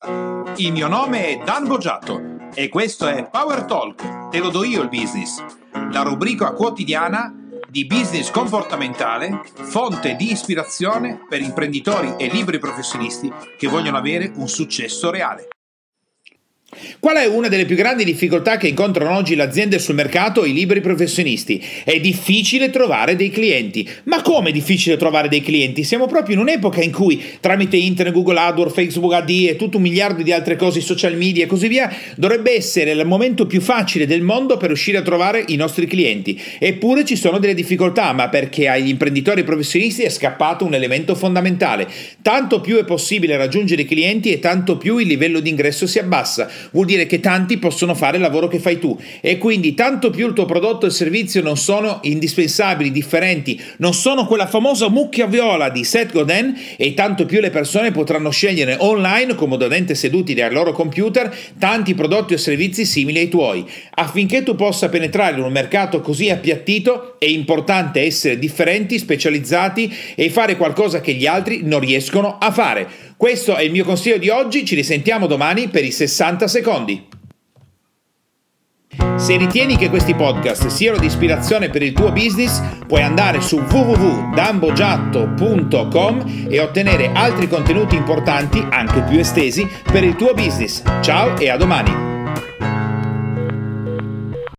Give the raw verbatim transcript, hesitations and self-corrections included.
Il mio nome è Dan Boggiatto e questo è Power Talk, te lo do io il business, la rubrica quotidiana di business comportamentale, fonte di ispirazione per imprenditori e liberi professionisti che vogliono avere un successo reale. Qual è una delle più grandi difficoltà che incontrano oggi le aziende sul mercato e i liberi professionisti? È difficile trovare dei clienti. Ma come è difficile trovare dei clienti? Siamo proprio in un'epoca in cui tramite internet, Google AdWords, Facebook A D e tutto un miliardo di altre cose, social media e così via, dovrebbe essere il momento più facile del mondo per riuscire a trovare i nostri clienti. Eppure ci sono delle difficoltà, ma perché agli imprenditori professionisti è scappato un elemento fondamentale. Tanto più è possibile raggiungere i clienti e tanto più il livello di ingresso si abbassa. Vuol dire che tanti possono fare il lavoro che fai tu e quindi tanto più il tuo prodotto e il servizio non sono indispensabili, differenti, non sono quella famosa mucchia viola di Seth Godin e tanto più le persone potranno scegliere online, comodamente seduti dai loro computer, tanti prodotti o servizi simili ai tuoi. Affinché tu possa penetrare in un mercato così appiattito è importante essere differenti, specializzati e fare qualcosa che gli altri non riescono a fare. Questo è il mio consiglio di oggi, ci risentiamo domani per i sessanta secondi. Se ritieni che questi podcast siano di ispirazione per il tuo business, puoi andare su w w w punto dan boggiatto punto com e ottenere altri contenuti importanti, anche più estesi, per il tuo business. Ciao e a domani!